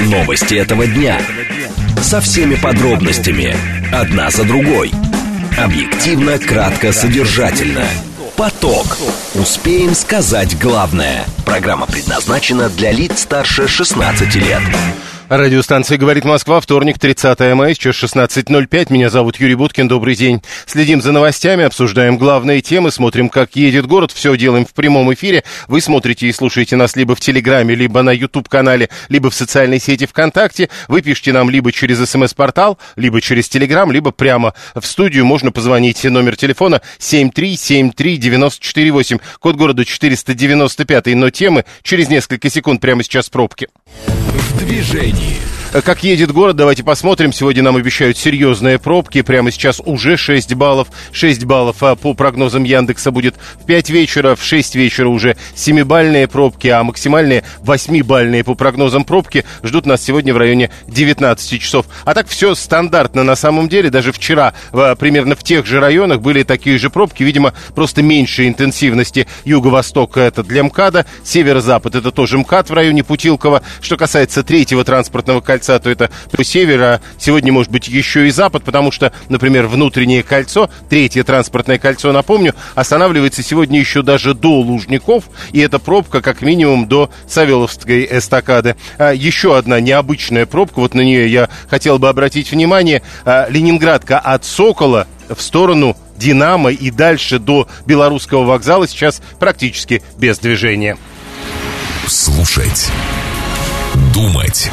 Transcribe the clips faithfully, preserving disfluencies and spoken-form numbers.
Новости этого дня. Со всеми подробностями. Одна за другой. Объективно, кратко, содержательно. Поток. Успеем сказать главное. Программа предназначена для лиц старше шестнадцати лет. Радиостанция «Говорит Москва», вторник, тридцатое мая, сейчас шестнадцать ноль пять. Меня зовут Юрий Буткин, добрый день. Следим за новостями, обсуждаем главные темы, смотрим, как едет город. Все делаем в прямом эфире. Вы смотрите и слушаете нас либо в Телеграме, либо на YouTube-канале, либо в социальной сети ВКонтакте. Вы пишите нам либо через СМС-портал, либо через Телеграм, либо прямо в студию. Можно позвонить, номер телефона семь три семь три девять четыре восемь, код города четыреста девяносто пять. Но темы через несколько секунд, прямо сейчас пробки. В движении. Как едет город, давайте посмотрим. Сегодня нам обещают серьезные пробки. Прямо сейчас уже шесть баллов. шесть баллов а по прогнозам Яндекса будет в пять вечера. В шесть вечера уже семибалльные пробки, а максимальные восьмибалльные по прогнозам пробки ждут нас сегодня в районе девятнадцати часов. А так все стандартно на самом деле. Даже вчера в, примерно в тех же районах были такие же пробки. Видимо, просто меньшей интенсивности. Юго-восток — это для МКАДа. Северо-запад — это тоже МКАД в районе Путилково. Что касается третьего транспортного кольца, то это по северу, а сегодня может быть еще и запад, потому что, например, внутреннее кольцо, третье транспортное кольцо, напомню, останавливается сегодня еще даже до Лужников, и эта пробка как минимум до Савеловской эстакады. А еще одна необычная пробка, вот на нее я хотел бы обратить внимание. А, Ленинградка от Сокола в сторону Динамо и дальше до Белорусского вокзала сейчас практически без движения. Слушать, думать,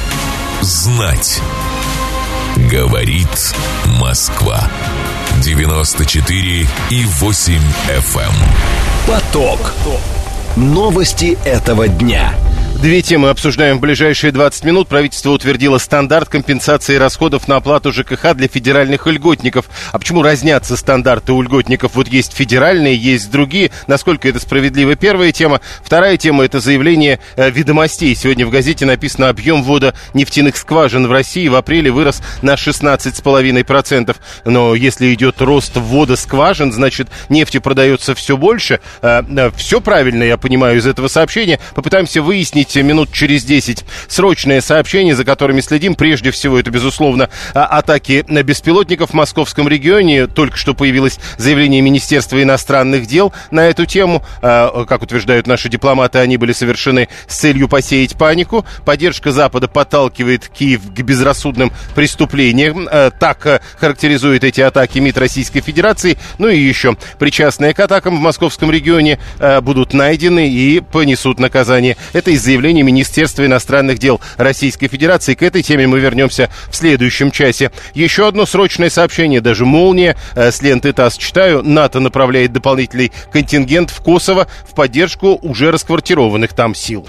знать. Говорит Москва. девяносто четыре и восемь эф эм. Поток. Новости этого дня. Две темы обсуждаем в ближайшие двадцать минут. Правительство утвердило стандарт компенсации расходов на оплату ЖКХ для федеральных льготников. А почему разнятся стандарты у льготников? Вот есть федеральные, есть другие. Насколько это справедливо? Первая тема. Вторая тема — это заявление э, «Ведомостей». Сегодня в газете написано: объем ввода нефтяных скважин в России в апреле вырос на шестнадцать целых пять десятых процента. Но если идет рост ввода скважин, значит, нефти продается все больше. Э, э, все правильно, я понимаю, из этого сообщения. Попытаемся выяснить минут через десять. Срочные сообщения, за которыми следим. Прежде всего, это, безусловно, атаки на беспилотников в московском регионе. Только что появилось заявление Министерства иностранных дел на эту тему. Как утверждают наши дипломаты, они были совершены с целью посеять панику. Поддержка Запада подталкивает Киев к безрассудным преступлениям. Так характеризует эти атаки МИД Российской Федерации. Ну и еще. Причастные к атакам в московском регионе будут найдены и понесут наказание. Это из заявления Министерства иностранных дел Российской Федерации. К этой теме мы вернемся в следующем часе. Еще одно срочное сообщение, даже молния, с ленты ТАСС читаю. НАТО направляет дополнительный контингент в Косово в поддержку уже расквартированных там сил.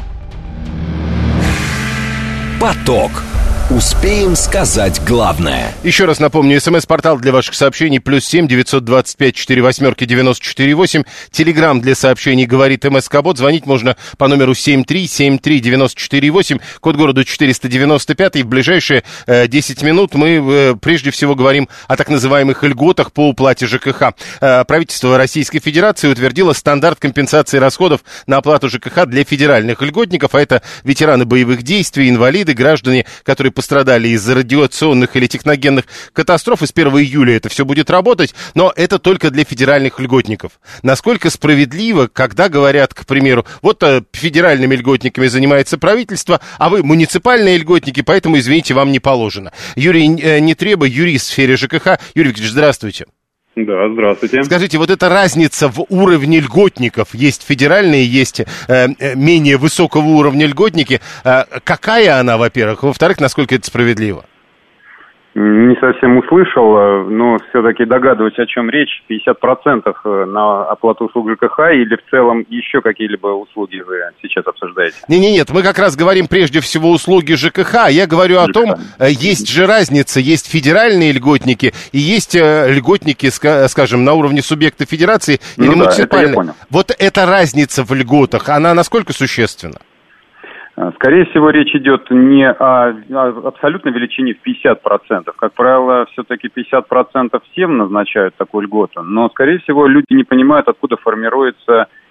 Поток. Успеем сказать главное. Еще раз напомню, смс-портал для ваших сообщений плюс семь девятьсот двадцать пять сорок восемь девяносто четыре восемь. Телеграм для сообщений «Говорит МСК-бот». Звонить можно по номеру семь три семь три девять четыре восемь, код города четыреста девяносто пять. И в ближайшие э, десять минут мы э, прежде всего говорим о так называемых льготах по уплате ЖКХ. Э, правительство Российской Федерации утвердило стандарт компенсации расходов на оплату ЖКХ для федеральных льготников, а это ветераны боевых действий, инвалиды, граждане, которые пострадали из-за радиационных или техногенных катастроф. И с первого июля это все будет работать, но это только для федеральных льготников. Насколько справедливо, когда говорят, к примеру, вот а, федеральными льготниками занимается правительство, а вы муниципальные льготники, поэтому, извините, вам не положено. Юрий Нетреба, юрист в сфере ЖКХ. Юрий Викторович, здравствуйте. Да, здравствуйте. Скажите, вот эта разница в уровне льготников, есть федеральные, есть э, менее высокого уровня льготники, э, какая она, во-первых? Во-вторых, насколько это справедливо? Не совсем услышал, но все-таки догадываюсь, о чем речь. пятьдесят процентов на оплату услуг ЖКХ или в целом еще какие-либо услуги вы сейчас обсуждаете? Не-не-нет, мы как раз говорим прежде всего услуги ЖКХ. Я говорю о том, есть же разница, есть федеральные льготники и есть льготники, скажем, на уровне субъекта федерации или ну муниципальной. Да, это я понял. Вот эта разница в льготах, она насколько существенна? Скорее всего, речь идет не о, о абсолютной величине в пятьдесят процентов. Как правило, все-таки пятьдесят процентов всем назначают такую льготу. Но, скорее всего, люди не понимают, откуда формируется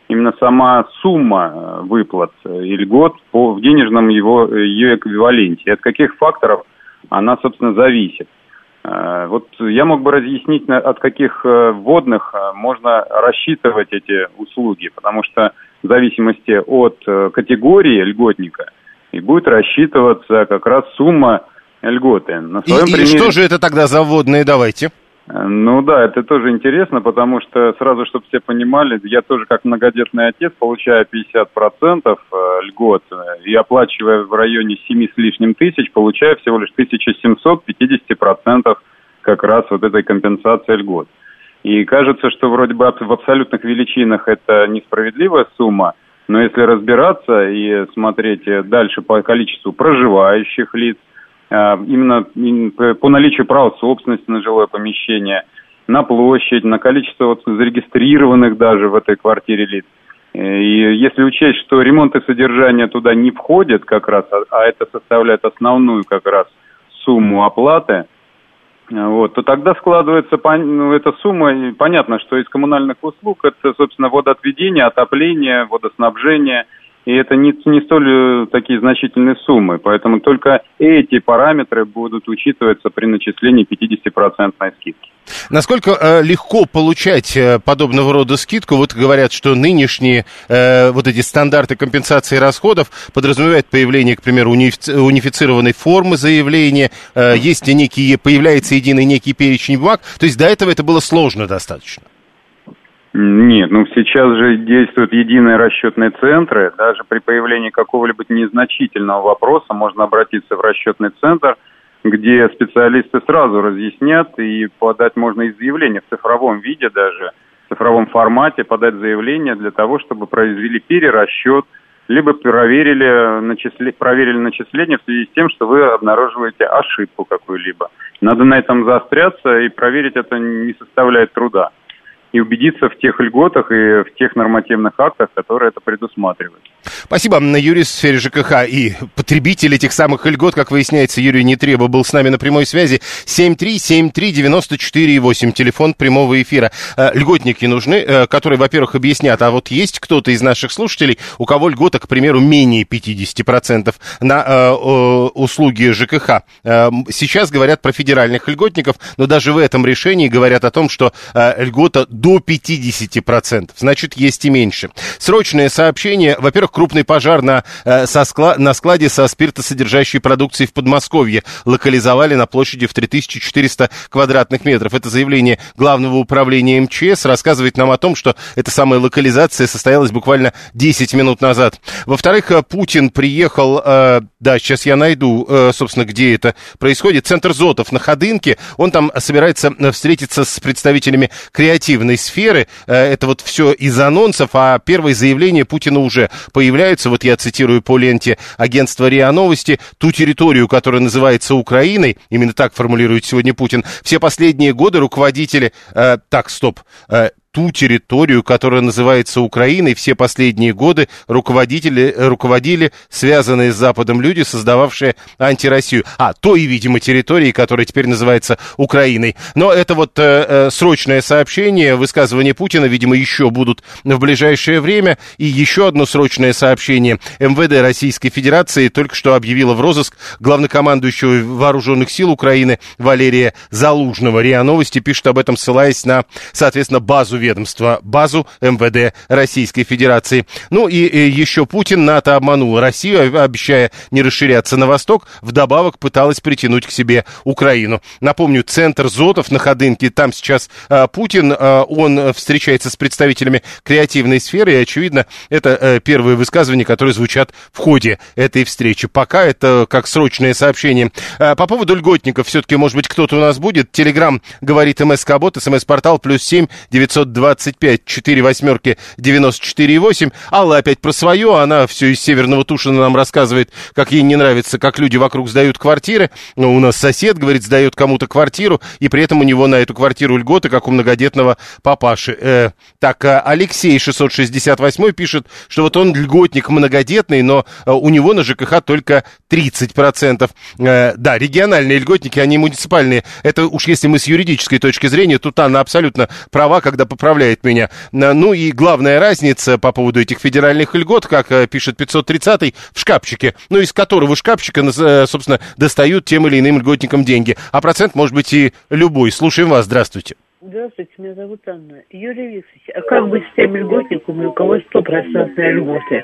именно сама сумма выплат и льгот по, в денежном его, ее эквиваленте. От каких факторов она, собственно, зависит. Вот я мог бы разъяснить, от каких вводных можно рассчитывать эти услуги, потому что в зависимости от категории льготника и будет рассчитываться как раз сумма льготы. На своем и, примере... и что же это тогда за вводные, давайте? Ну да, это тоже интересно, потому что сразу, чтобы все понимали, я тоже как многодетный отец получаю пятьдесят процентов льгот и оплачивая в районе семи с лишним тысяч, получаю всего лишь тысяча семьсот пятьдесят процентов как раз вот этой компенсации льгот. И кажется, что вроде бы в абсолютных величинах это несправедливая сумма, но если разбираться и смотреть дальше по количеству проживающих лиц, именно по наличию права собственности на жилое помещение, на площадь, на количество вот зарегистрированных даже в этой квартире лиц. И если учесть, что ремонт и содержание туда не входят как раз, а это составляет основную как раз сумму оплаты, вот, то тогда складывается ну, эта сумма, и понятно, что из коммунальных услуг это, собственно, водоотведение, отопление, водоснабжение. И это не, не столь такие значительные суммы. Поэтому только эти параметры будут учитываться при начислении пятидесятипроцентной скидки. Насколько э, легко получать э, подобного рода скидку? Вот говорят, что нынешние э, вот эти стандарты компенсации расходов подразумевают появление, к примеру, унифици- унифицированной формы заявления, э, есть некие, появляется единый некий перечень бумаг. То есть до этого это было сложно достаточно. Нет, ну сейчас же действуют единые расчетные центры. Даже при появлении какого-либо незначительного вопроса можно обратиться в расчетный центр, где специалисты сразу разъяснят, и подать можно и заявление в цифровом виде даже, в цифровом формате подать заявление для того, чтобы произвели перерасчет, либо проверили, начисле... проверили начисление в связи с тем, что вы обнаруживаете ошибку какую-либо. Надо на этом заостряться, и проверить это не составляет труда. И убедиться в тех льготах и в тех нормативных актах, которые это предусматривают. Спасибо. Юрист в сфере ЖКХ и потребитель этих самых льгот, как выясняется, Юрий Нетреба был с нами на прямой связи. семь три семь три девяносто четыре восемь, телефон прямого эфира. Льготники нужны, которые, во-первых, объяснят, а вот есть кто-то из наших слушателей, у кого льгота, к примеру, менее пятьдесят процентов на э, услуги ЖКХ. Сейчас говорят про федеральных льготников, но даже в этом решении говорят о том, что э, льгота до пятьдесят процентов, значит, есть и меньше. Срочное сообщение. Во-первых, крупный пожар на, э, со склад, на складе со спиртосодержащей продукцией в Подмосковье локализовали на площади в три тысячи четыреста квадратных метров. Это заявление Главного управления эм че эс рассказывает нам о том, что эта самая локализация состоялась буквально десять минут назад. Во-вторых, Путин приехал, э, да, сейчас я найду, э, собственно, где это происходит, центр Зотов на Ходынке. Он там собирается встретиться с представителями креативной сферы. Это вот все из анонсов, а первые заявления Путина уже появляются. Вот я цитирую по ленте агентства РИА Новости. Ту территорию, которая называется Украиной, именно так формулирует сегодня Путин, все последние годы руководители... Э, так, стоп... Э, ту территорию, которая называется Украиной, все последние годы руководители, руководили связанные с Западом люди, создававшие антироссию. А, той, видимо, территории, которая теперь называется Украиной. Но это вот э, срочное сообщение, высказывания Путина, видимо, еще будут в ближайшее время. И еще одно срочное сообщение. эм вэ дэ Российской Федерации только что объявило в розыск главнокомандующего Вооруженных сил Украины Валерия Залужного. РИА Новости пишет об этом, ссылаясь на, соответственно, базу ведомства, базу эм вэ дэ Российской Федерации. Ну и, и еще Путин, НАТО обманул Россию, обещая не расширяться на восток, вдобавок пыталась притянуть к себе Украину. Напомню, центр Зотов на Ходынке, там сейчас а, Путин, а, он встречается с представителями креативной сферы, и, очевидно, это а, первые высказывания, которые звучат в ходе этой встречи. Пока это как срочное сообщение. А, по поводу льготников, все-таки, может быть, кто-то у нас будет. Телеграм говорит МСК-бот, СМС-портал плюс семь девятьсот двадцать пять четыре восьмерки девяносто четыре восемь. Алла опять про свое, она все из Северного Тушина нам рассказывает, как ей не нравится, как люди вокруг сдают квартиры. Но у нас сосед, говорит, сдает кому-то квартиру, и при этом у него на эту квартиру льготы, как у многодетного папаши. Э, так, Алексей шестьсот шестьдесят восемь пишет, что вот он льготник многодетный, но у него на ЖКХ только тридцать процентов. Э, да, региональные льготники, они муниципальные. Это уж если мы с юридической точки зрения, тут Анна абсолютно права, когда по поправляет меня. Ну и главная разница по поводу этих федеральных льгот, как пишет пятьсот тридцатый, в шкафчике, ну из которого шкафчика, собственно, достают тем или иным льготникам деньги. А процент может быть и любой. Слушаем вас, здравствуйте. Здравствуйте, меня зовут Анна. Юрий Викторович, а как быть с теми льготниками, у кого стопроцентные льготы?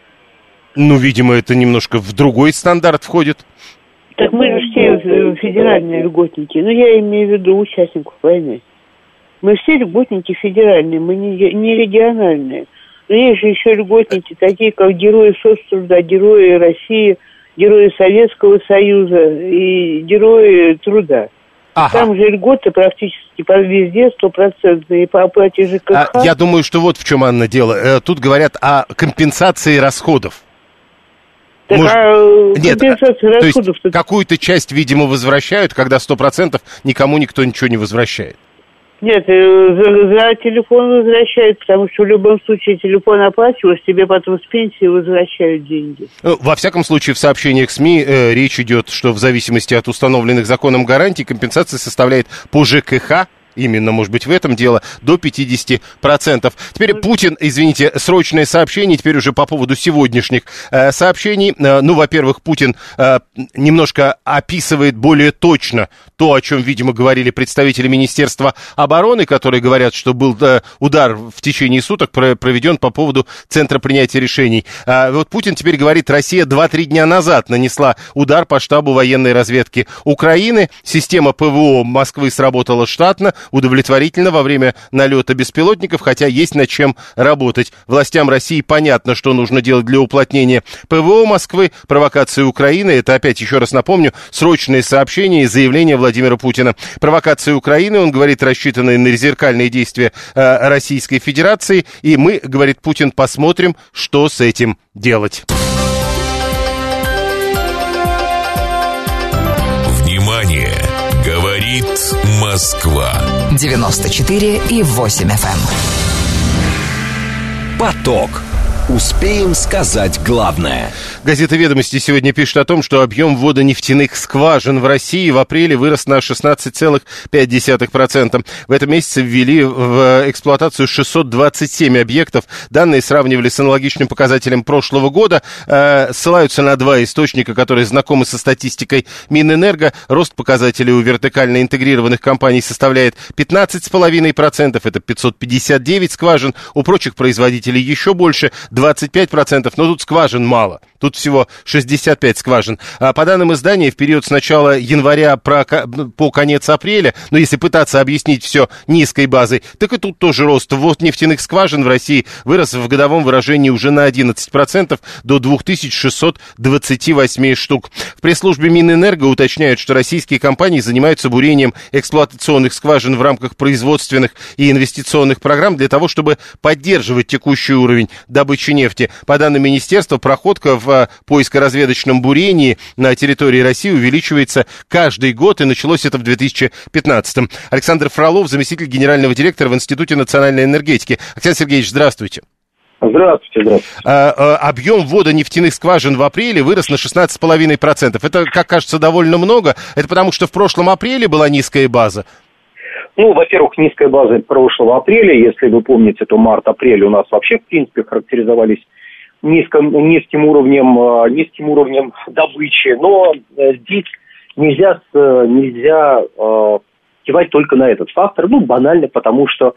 Ну, видимо, это немножко в другой стандарт входит. Так мы же все федеральные льготники. Ну, я имею в виду участников войны. Мы все льготники федеральные, мы не, не региональные. Но есть же еще льготники, такие как герои соцтруда, герои России, герои Советского Союза и герои труда. Ага. Там же льготы практически везде стопроцентные по оплате ЖКХ. А, я думаю, что вот в чем, Анна, дело. Тут говорят о компенсации расходов. Так, Может... а Нет, компенсация то расходов... есть какую-то часть, видимо, возвращают, когда сто процентов никому никто ничего не возвращает. Нет, за, за телефон возвращают, потому что в любом случае телефон оплачиваешь, тебе потом с пенсии возвращают деньги. Во всяком случае, в сообщениях СМИ э, речь идет, что в зависимости от установленных законом гарантий компенсация составляет по ЖКХ, именно, может быть, в этом дело, до пятьдесят процентов. Теперь Путин, извините, срочное сообщение, теперь уже по поводу сегодняшних э, сообщений. Э, ну, во-первых, Путин э, немножко описывает более точно то, о чем, видимо, говорили представители Министерства обороны, которые говорят, что был э, удар в течение суток про- проведен по поводу Центра принятия решений. Э, вот Путин теперь говорит, Россия два-три дня назад нанесла удар по штабу военной разведки Украины. Система ПВО Москвы сработала штатно, удовлетворительно во время налета беспилотников, хотя есть над чем работать. Властям России понятно, что нужно делать для уплотнения ПВО Москвы. Провокация Украины, это опять, еще раз напомню, срочные сообщения и заявления Владимира Путина. Провокация Украины, он говорит, рассчитанные на зеркальные действия э, Российской Федерации. И мы, говорит Путин, посмотрим, что с этим делать. Внимание! Говорит Москва. девяносто четыре и восемь эф эм. Поток. Успеем сказать главное. Газета «Ведомости» сегодня пишет о том, что объем ввода нефтяных скважин в России в апреле вырос на шестнадцать целых пять десятых процента. В этом месяце ввели в эксплуатацию шестьсот двадцать семь объектов. Данные сравнивали с аналогичным показателем прошлого года. Э, ссылаются на два источника, которые знакомы со статистикой Минэнерго. Рост показателей у вертикально интегрированных компаний составляет пятнадцать целых пять десятых процента. Это пятьсот пятьдесят девять скважин. У прочих производителей еще больше, двадцать пять процентов. Но тут скважин мало. Тут всего шестьдесят пять скважин. А по данным издания, в период с начала января по конец апреля, ну, если пытаться объяснить все низкой базой, так и тут тоже рост. Ввод нефтяных скважин в России вырос в годовом выражении уже на одиннадцать процентов до две тысячи шестьсот двадцать восемь штук. В пресс-службе Минэнерго уточняют, что российские компании занимаются бурением эксплуатационных скважин в рамках производственных и инвестиционных программ для того, чтобы поддерживать текущий уровень добычи нефти. По данным министерства, проходка в поиско-разведочном бурении на территории России увеличивается каждый год, и началось это в две тысячи пятнадцатом. Александр Фролов, заместитель генерального директора в Институте национальной энергетики. Александр Сергеевич, здравствуйте. Здравствуйте, здравствуйте. А, а, объем ввода нефтяных скважин в апреле вырос на шестнадцать целых пять десятых процента. Это, как кажется, довольно много. Это потому, что в прошлом апреле была низкая база? Ну, во-первых, низкая база прошлого апреля. Если вы помните, то март-апрель у нас вообще, в принципе, характеризовались низким, низким уровнем, низким уровнем добычи. Но здесь нельзя, нельзя э, кивать только на этот фактор. Ну, банально, потому что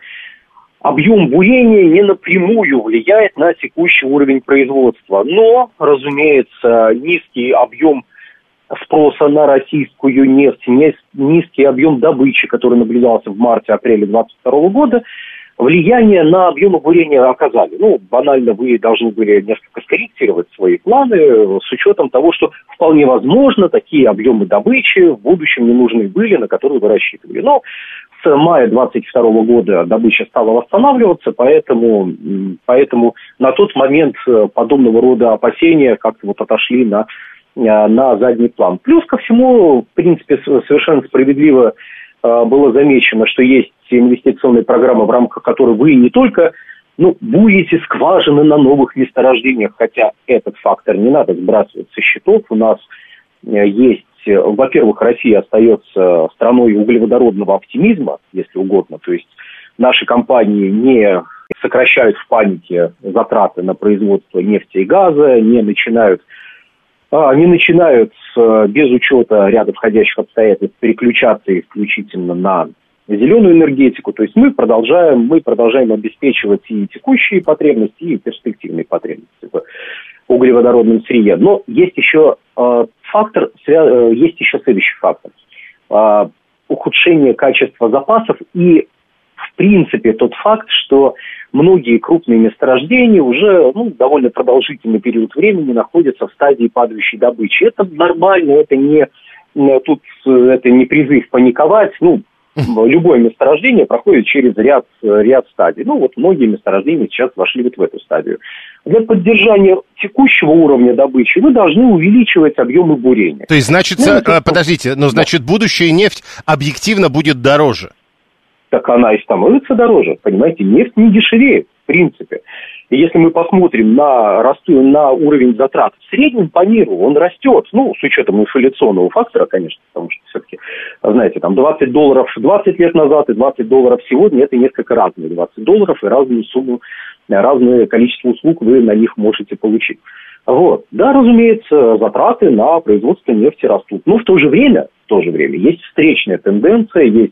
объем бурения не напрямую влияет на текущий уровень производства. Но, разумеется, низкий объем спроса на российскую нефть, низкий объем добычи, который наблюдался в марте-апреле две тысячи двадцать второго года, влияние на объемы бурения оказали. Ну, банально, вы должны были несколько скорректировать свои планы с учетом того, что вполне возможно такие объемы добычи в будущем не нужны были, на которые вы рассчитывали. Но с мая две тысячи двадцать второго года добыча стала восстанавливаться, поэтому, поэтому на тот момент подобного рода опасения как-то вот отошли на на задний план. Плюс ко всему, в принципе, совершенно справедливо э, было замечено, что есть инвестиционные программы, в рамках которой вы не только ну, буете скважины на новых месторождениях, хотя этот фактор не надо сбрасывать со счетов. У нас э, есть, э, во-первых, Россия остается страной углеводородного оптимизма, если угодно, то есть наши компании не сокращают в панике затраты на производство нефти и газа, не начинают, не начинают без учета ряда входящих обстоятельств переключаться исключительно на зеленую энергетику. То есть мы продолжаем, мы продолжаем обеспечивать и текущие потребности, и перспективные потребности в углеводородном сырье. Но есть еще э, фактор, свя- есть еще следующий фактор. Э, ухудшение качества запасов и, в принципе, тот факт, что многие крупные месторождения уже ну, довольно продолжительный период времени находятся в стадии падающей добычи. Это нормально, это не, тут, это не призыв паниковать. Ну, любое месторождение проходит через ряд, ряд стадий. Ну, вот многие месторождения сейчас вошли вот в эту стадию. Для поддержания текущего уровня добычи вы должны увеличивать объемы бурения. То есть, значит, ну, это... подождите, но значит, да. будущая нефть объективно будет дороже? Так она и становится дороже. Понимаете, нефть не дешевеет, в принципе. И если мы посмотрим на, расту, на уровень затрат в среднем по миру, он растет. Ну, с учетом инфляционного фактора, конечно, потому что все-таки, знаете, там двадцать долларов двадцать лет назад и двадцать долларов сегодня, это несколько разные двадцать долларов и разную сумму, разное количество услуг вы на них можете получить. Вот. Да, разумеется, затраты на производство нефти растут. Но в то же время, в то же время есть встречная тенденция, есть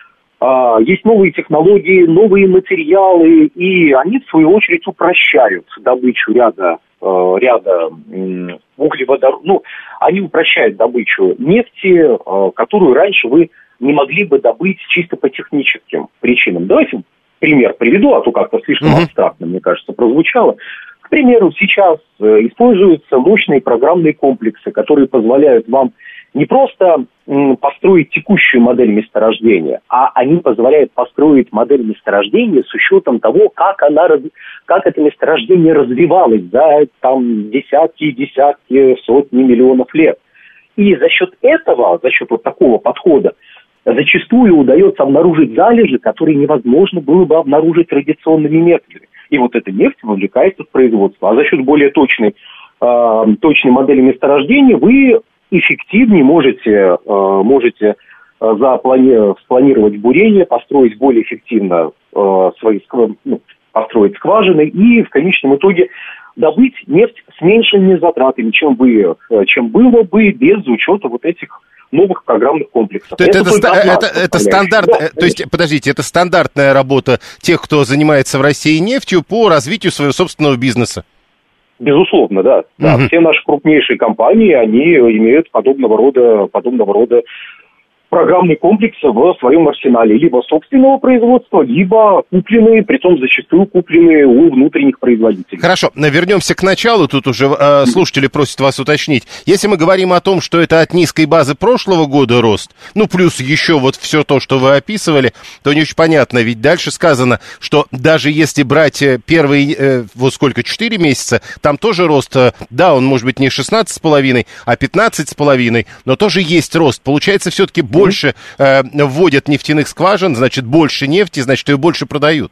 Есть новые технологии, новые материалы, и они, в свою очередь, упрощают добычу ряда, ряда углеводородов. Ну, они упрощают добычу нефти, которую раньше вы не могли бы добыть чисто по техническим причинам. Давайте пример приведу, а то как-то слишком mm-hmm. абстрактно, мне кажется, прозвучало. К примеру, сейчас используются мощные программные комплексы, которые позволяют вам не просто м, построить текущую модель месторождения, а они позволяют построить модель месторождения с учетом того, как, она, как это месторождение развивалось за там, десятки, десятки, сотни миллионов лет. И за счет этого, за счет вот такого подхода, зачастую удается обнаружить залежи, которые невозможно было бы обнаружить традиционными методами. И вот эта нефть вовлекается в производство. А за счет более точной, э, точной модели месторождения вы эффективнее можете, э, можете э, заплани- спланировать бурение, построить более эффективно э, свои ну, построить скважины и в конечном итоге добыть нефть с меньшими затратами, чем, бы, чем было бы без учета вот этих новых программных комплексов. То это, это, это, это, это стандарт, да, то есть, подождите, это стандартная работа тех, кто занимается в России нефтью по развитию своего собственного бизнеса? Безусловно, да. да. Угу. Все наши крупнейшие компании, они имеют подобного рода, подобного рода программные комплексы в своем арсенале. Либо собственного производства, либо купленные, притом зачастую купленные у внутренних производителей. Хорошо, вернемся к началу. Тут уже э, слушатели просят вас уточнить. Если мы говорим о том, что это от низкой базы прошлого года рост, ну плюс еще вот все то, что вы описывали, то не очень понятно. Ведь дальше сказано, что даже если брать первые, э, вот сколько, четыре месяца, там тоже рост, э, да, он может быть не шестнадцать с половиной, а пятнадцать с половиной, но тоже есть рост. Получается, все-таки больше э, вводят нефтяных скважин, значит, больше нефти, значит, ее больше продают.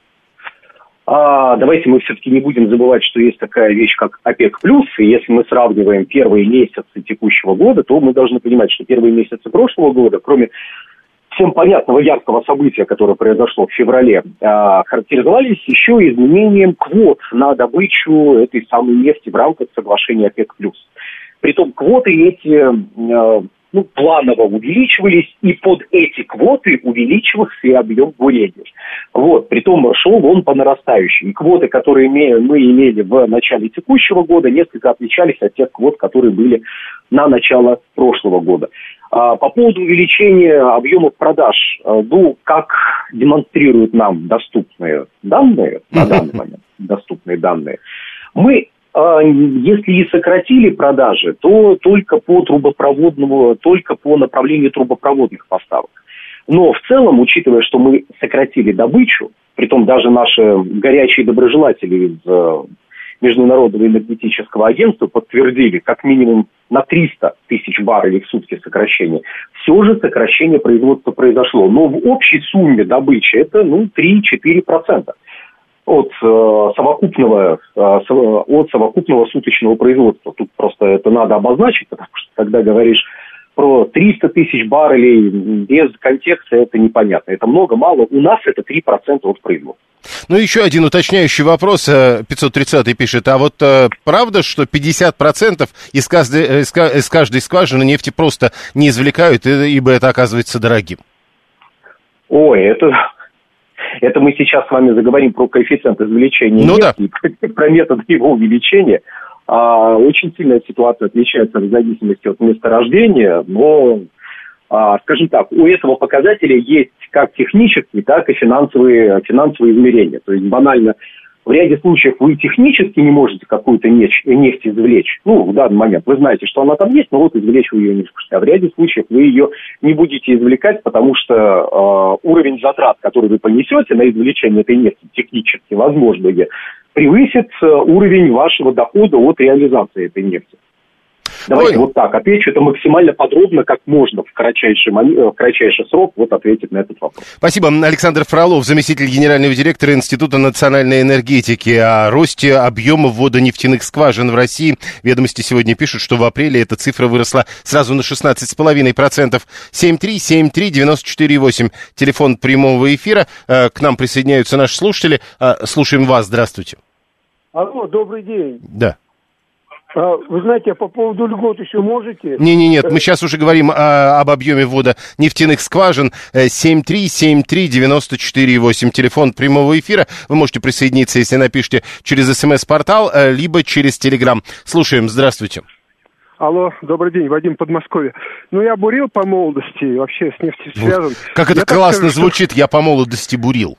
А, давайте мы все-таки не будем забывать, что есть такая вещь, как ОПЕК+, и если мы сравниваем первые месяцы текущего года, то мы должны понимать, что первые месяцы прошлого года, кроме всем понятного яркого события, которое произошло в феврале, а, характеризовались еще изменением квот на добычу этой самой нефти в рамках соглашения ОПЕК+. Притом квоты эти... А, ну, планово увеличивались, и под эти квоты увеличивался и объем бурения. Вот, притом шел он по нарастающей. И квоты, которые мы имели в начале текущего года, несколько отличались от тех квот, которые были на начало прошлого года. А, по поводу увеличения объемов продаж, ну, как демонстрируют нам доступные данные, на данный момент доступные данные, мы если и сократили продажи, то только по трубопроводному, только по направлению трубопроводных поставок. Но в целом, учитывая, что мы сократили добычу, притом даже наши горячие доброжелатели из Международного энергетического агентства подтвердили как минимум на триста тысяч баррелей в сутки сокращение, все же сокращение производства произошло. Но в общей сумме добычи это ну, три-четыре процента. От э, совокупного э, от совокупного суточного производства. Тут просто это надо обозначить, потому что когда говоришь про триста тысяч баррелей без контекста это непонятно. Это много, мало. У нас это три процента от производства. Ну, еще один уточняющий вопрос. пятьсот тридцатый пишет. А вот э, правда, что пятьдесят процентов из каждой, из каждой скважины нефти просто не извлекают, ибо это оказывается дорогим? Ой, это... Это мы сейчас с вами заговорим про коэффициент извлечения ну, нефти, да. и про метод его увеличения. А, очень сильная ситуация отличается в зависимости от месторождения, но, а, скажем так, у этого показателя есть как технические, так и финансовые, финансовые измерения. То есть банально, в ряде случаев вы технически не можете какую-то нефть, нефть извлечь. Ну, в данный момент вы знаете, что она там есть, но вот извлечь вы ее не сможете. А в ряде случаев вы ее не будете извлекать, потому что э, уровень затрат, который вы понесете на извлечение этой нефти, технически возможные, превысит э, уровень вашего дохода от реализации этой нефти. Давайте Ой. вот так отвечу. Это максимально подробно, как можно в кратчайший, в кратчайший срок вот ответить на этот вопрос. Спасибо. Александр Фролов, заместитель генерального директора Института национальной энергетики. О росте объема ввода нефтяных скважин в России. Ведомости сегодня пишут, что в апреле эта цифра выросла сразу на шестнадцать целых пять десятых процента. семь три семь три девять четыре восемь. Телефон прямого эфира. К нам присоединяются наши слушатели. Слушаем вас. Здравствуйте. Алло, добрый день. Да. Вы знаете, а по поводу льгот еще можете? Не-не-нет, мы сейчас уже говорим а, об объеме ввода нефтяных скважин. семь три семь три девять четыре восемь. Телефон прямого эфира. Вы можете присоединиться, если напишите через СМС-портал, либо через Телеграм. Слушаем, здравствуйте. Алло, добрый день, Вадим, Подмосковье. Ну, я бурил по молодости, вообще с нефтью связан. Как это я классно скажу, звучит, что... я по молодости бурил.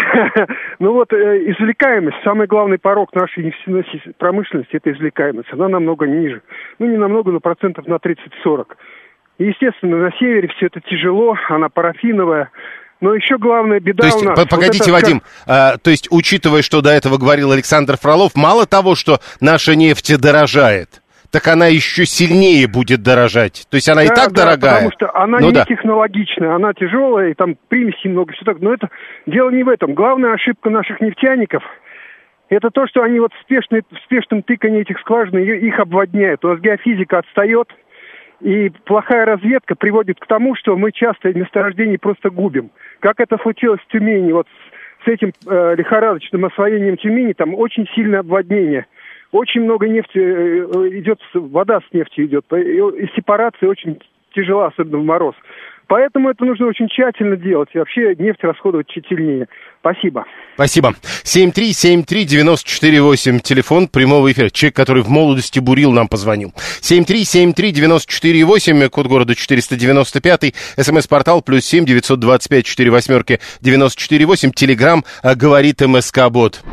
Ну вот, извлекаемость, самый главный порог нашей нефтяной промышленности – это извлекаемость. Она намного ниже. Ну, не намного, но процентов на тридцать-сорок. И, естественно, на севере все это тяжело, она парафиновая. Но еще главная беда то есть, у нас... Погодите, вот это... Вадим, а, то есть, учитывая, что до этого говорил Александр Фролов, мало того, что наша нефть дорожает, так она еще сильнее будет дорожать. То есть она да, и так да, дорогая. Потому что она ну, не да. технологичная, она тяжелая, и там примесей много, все так. Но это дело не в этом. Главная ошибка наших нефтяников – это то, что они вот в, спешной, в спешном тыкании этих скважин их обводняют. У нас геофизика отстает, и плохая разведка приводит к тому, что мы часто месторождения просто губим. Как это случилось в Тюмени, вот с, с этим э, лихорадочным освоением Тюмени, там очень сильное обводнение. Очень много нефти идет, вода с нефтью идет, и сепарация очень тяжела, особенно в мороз. Поэтому это нужно очень тщательно делать, и вообще нефть расходовать тщательнее. Спасибо. Спасибо. семь три семь три девять четыре восемь, телефон прямого эфира. Человек, который в молодости бурил, нам позвонил. семь три семь три девять четыре восемь, код города четыреста девяносто пять, смс-портал плюс семь девятьсот двадцать пять четыре восьмерки девяносто четыре восемь, телеграм говорит МСК-бот.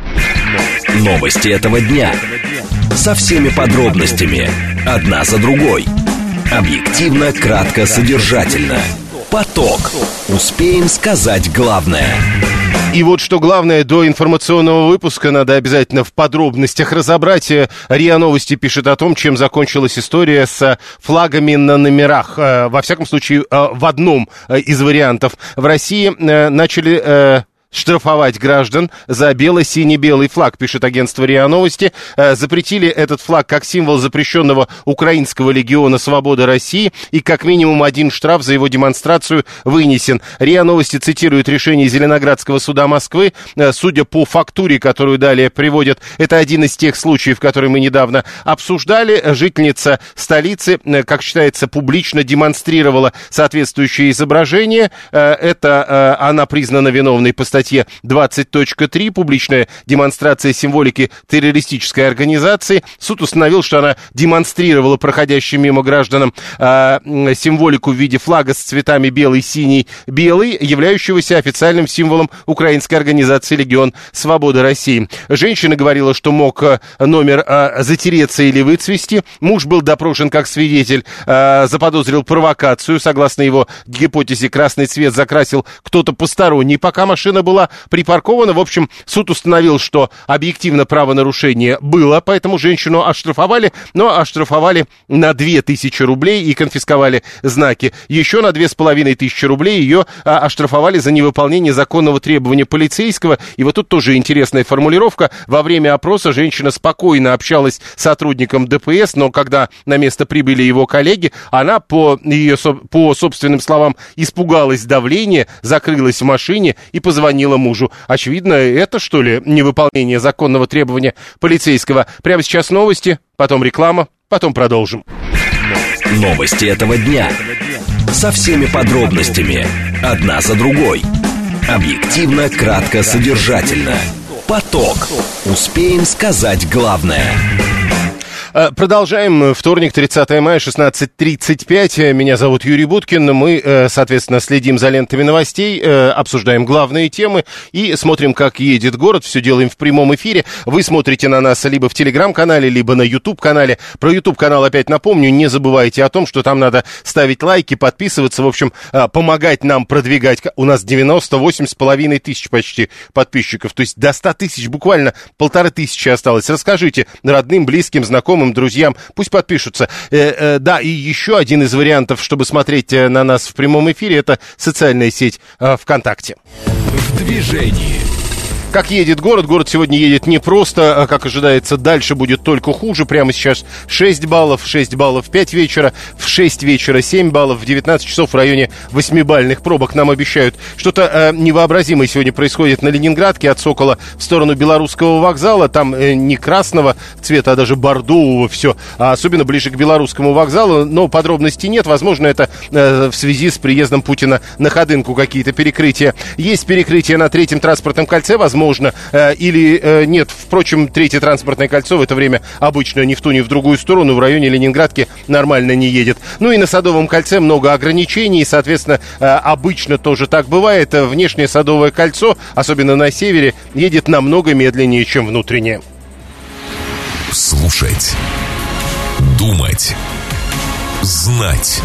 Новости этого дня. Со всеми подробностями. Одна за другой. Объективно, кратко, содержательно. Поток. Успеем сказать главное. И вот что главное, до информационного выпуска надо обязательно в подробностях разобрать. РИА Новости пишет о том, чем закончилась история с флагами на номерах. Во всяком случае, в одном из вариантов. В России начали... штрафовать граждан за бело-сине-белый флаг, пишет агентство РИА Новости. Э, запретили этот флаг как символ запрещенного Украинского легиона «Свобода России», и как минимум один штраф за его демонстрацию вынесен. РИА Новости цитирует решение Зеленоградского суда Москвы. Э, судя по фактуре, которую далее приводят, это один из тех случаев, которые мы недавно обсуждали. Жительница столицы, э, как считается, публично демонстрировала соответствующее изображение. Э, это э, она признана виновной по статье статье двадцать точка три «Публичная демонстрация символики террористической организации». Суд установил, что она демонстрировала проходящим мимо гражданам э, символику в виде флага с цветами белый, синий, белый, являющегося официальным символом украинской организации «Легион Свободы России». Женщина говорила, что мог номер э, затереться или выцвести. Муж был допрошен как свидетель, э, заподозрил провокацию. Согласно его гипотезе, красный цвет закрасил кто-то посторонний, пока машина была была припаркована. В общем, суд установил, что объективно правонарушение было, поэтому женщину оштрафовали, но оштрафовали на две тысячи рублей и конфисковали знаки. Еще на две с половиной тысячи рублей ее а, оштрафовали за невыполнение законного требования полицейского. И вот тут тоже интересная формулировка. Во время опроса женщина спокойно общалась с сотрудником ДПС, но когда на место прибыли его коллеги, она, по ее, по собственным словам, испугалась давления, закрылась в машине и позвонила мужу. Очевидно, это, что ли, невыполнение законного требования полицейского? Прямо сейчас новости, потом реклама, потом продолжим. Новости этого дня. Со всеми подробностями. Одна за другой. Объективно, кратко, содержательно. Поток. Успеем сказать главное. Продолжаем. Вторник, тридцатое мая, шестнадцать тридцать пять. Меня зовут Юрий Буткин. Мы, соответственно, следим за лентами новостей, обсуждаем главные темы и смотрим, как едет город. Все делаем в прямом эфире. Вы смотрите на нас либо в Телеграм-канале, либо на YouTube-канале. Про YouTube-канал опять напомню. Не забывайте о том, что там надо ставить лайки, подписываться. В общем, помогать нам продвигать. У нас девяносто восемь с половиной тысяч почти подписчиков. То есть до ста тысяч буквально полторы тысячи осталось. Расскажите родным, близким, знакомым, друзьям, пусть подпишутся. Э, э, да, и еще один из вариантов, чтобы смотреть на нас в прямом эфире, это социальная сеть э, ВКонтакте. В движении. Как едет город? Город сегодня едет непросто, как ожидается, дальше будет только хуже. Прямо сейчас шесть баллов, шесть баллов в пять вечера, в шесть вечера семь баллов, в девятнадцать часов в районе восьмибалльных пробок нам обещают. Что-то э, невообразимое сегодня происходит на Ленинградке, от Сокола в сторону Белорусского вокзала. Там э, не красного цвета, а даже бордового все, а особенно ближе к Белорусскому вокзалу. Но подробностей нет. Возможно, это э, в связи с приездом Путина на Ходынку какие-то перекрытия. Есть перекрытие на Третьем транспортном кольце, возможно. Можно, э, или э, нет. Впрочем, Третье транспортное кольцо в это время обычно ни в ту, ни в другую сторону в районе Ленинградки нормально не едет. Ну и на Садовом кольце много ограничений, соответственно, э, обычно тоже так бывает. Внешнее Садовое кольцо, особенно на севере, едет намного медленнее, чем внутреннее. Слушать, думать, знать.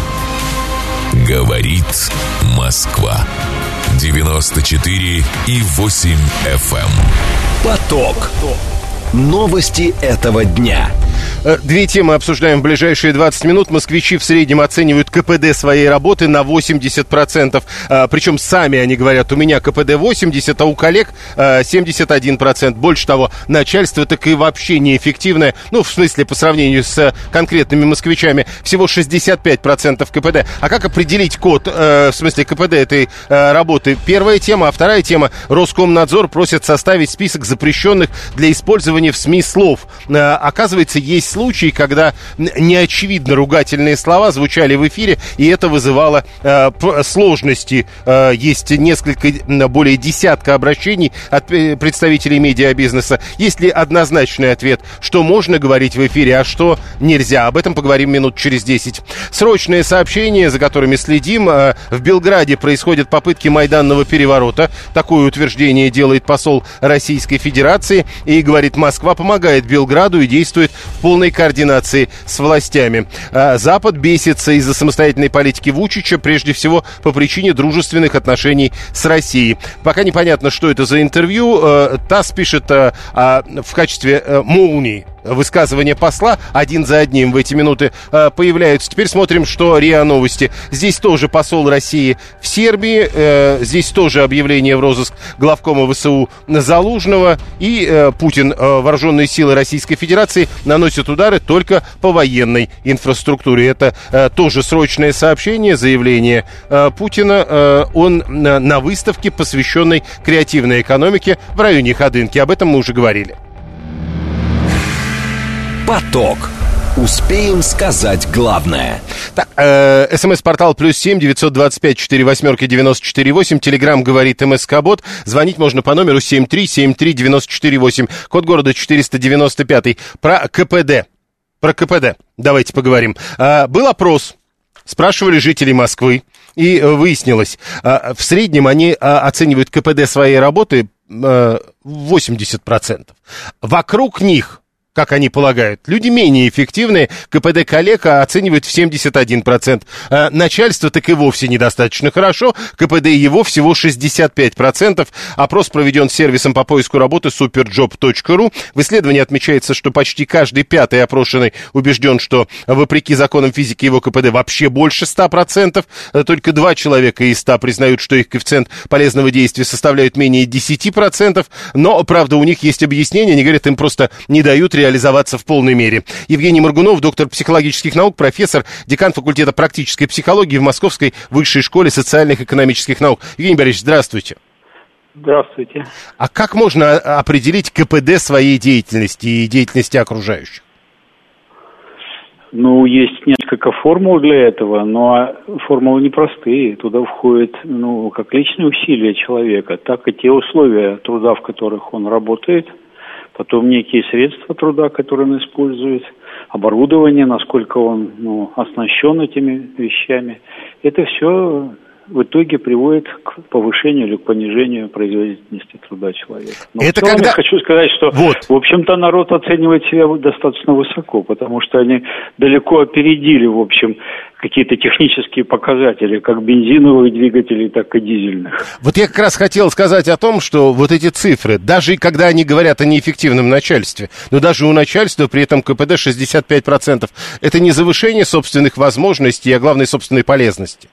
Говорит Москва. девяносто четыре и восемь эф эм. Поток. Новости этого дня. Две темы обсуждаем в ближайшие двадцать минут. Москвичи в среднем оценивают ка пэ дэ своей работы на восемьдесят процентов. Причем сами они говорят, у меня ка пэ дэ восемьдесят, а у коллег семьдесят один процент. Больше того, начальство так и вообще неэффективное. Ну, в смысле, по сравнению с конкретными москвичами, всего шестьдесят пять процентов ка пэ дэ. А как определить код, в смысле, ка пэ дэ этой работы? Первая тема. А вторая тема. Роскомнадзор просит составить список запрещенных для использования в СМИ слов. Оказывается, есть случаи, когда неочевидно ругательные слова звучали в эфире, и это вызывало э, сложности. Э, есть несколько, более десятка обращений от представителей медиабизнеса. Есть ли однозначный ответ, что можно говорить в эфире, а что нельзя? Об этом поговорим минут через десять. Срочные сообщения, за которыми следим. Э, в Белграде происходят попытки майданного переворота. Такое утверждение делает посол Российской Федерации. И говорит, Москва помогает Белграду и действует в полной координации с властями. Запад бесится из-за самостоятельной политики Вучича, прежде всего по причине дружественных отношений с Россией. Пока непонятно, что это за интервью. ТАСС пишет в качестве молнии. Высказывания посла один за одним в эти минуты э, появляются. Теперь смотрим, что РИА Новости. Здесь тоже посол России в Сербии. Э, здесь тоже объявление в розыск главкома вэ эс у Залужного. И э, Путин, э, вооруженные силы Российской Федерации, наносят удары только по военной инфраструктуре. Это э, тоже срочное сообщение, заявление э, Путина. Э, он э, на выставке, посвященной креативной экономике в районе Ходынки. Об этом мы уже говорили. Поток. Успеем сказать главное. Так, э, смс-портал плюс семь девятьсот двадцать пять четыре восьмерки девяносто четыре восемь. Телеграм говорит МСК-бот. Звонить можно по номеру семь три семь три девяносто четыре восемь. Код города четыреста девяносто пять. Про ка пэ дэ. Про ка пэ дэ давайте поговорим. Э, был опрос. Спрашивали жителей Москвы. И выяснилось, э, в среднем они э, оценивают ка пэ дэ своей работы э, восемьдесят процентов. Вокруг них как они полагают. Люди менее эффективные. КПД коллег оценивает в семьдесят один процент. А начальство так и вовсе недостаточно хорошо. КПД его всего шестьдесят пять процентов. Опрос проведен сервисом по поиску работы суперджоп точка ру. В исследовании отмечается, что почти каждый пятый опрошенный убежден, что вопреки законам физики его КПД вообще больше ста процентов. Только два человека из ста признают, что их коэффициент полезного действия составляет менее десяти процентов. Но, правда, у них есть объяснение. Они говорят, им просто не дают реализовать реализоваться в полной мере. Евгений Моргунов, доктор психологических наук, профессор, декан факультета практической психологии в Московской высшей школе социальных и экономических наук. Евгений Борисович, здравствуйте. Здравствуйте. А как можно определить КПД своей деятельности и деятельности окружающих? Ну, есть несколько формул для этого, но формулы непростые. Туда входит, ну, как личные усилия человека, так и те условия труда, в которых он работает, потом некие средства труда, которые он использует, оборудование, насколько он, ну, оснащен этими вещами. Это все в итоге приводит к повышению или к понижению производительности труда человека. Но это в целом когда... я хочу сказать, что, вот. в общем-то, народ оценивает себя достаточно высоко, потому что они далеко опередили, в общем, какие-то технические показатели, как бензиновых двигателей, так и дизельных. Вот я как раз хотел сказать о том, что вот эти цифры, даже когда они говорят о неэффективном начальстве, но даже у начальства при этом КПД шестьдесят пять процентов, это не завышение собственных возможностей, а главное, собственной полезности.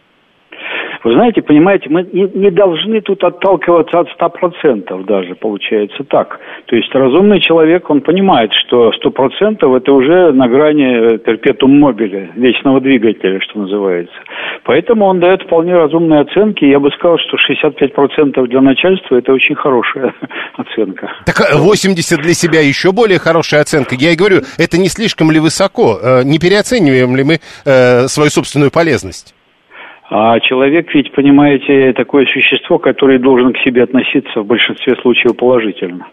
Вы знаете, понимаете, мы не, не должны тут отталкиваться от ста процентов даже, получается так. То есть разумный человек, он понимает, что сто процентов это уже на грани перпетум мобиле, вечного двигателя, что называется. Поэтому он дает вполне разумные оценки. Я бы сказал, что шестьдесят пять процентов для начальства это очень хорошая оценка. Так восемьдесят для себя еще более хорошая оценка. Я и говорю, это не слишком ли высоко? Не переоцениваем ли мы э, свою собственную полезность? А человек ведь, понимаете, такое существо, которое должен к себе относиться в большинстве случаев положительно.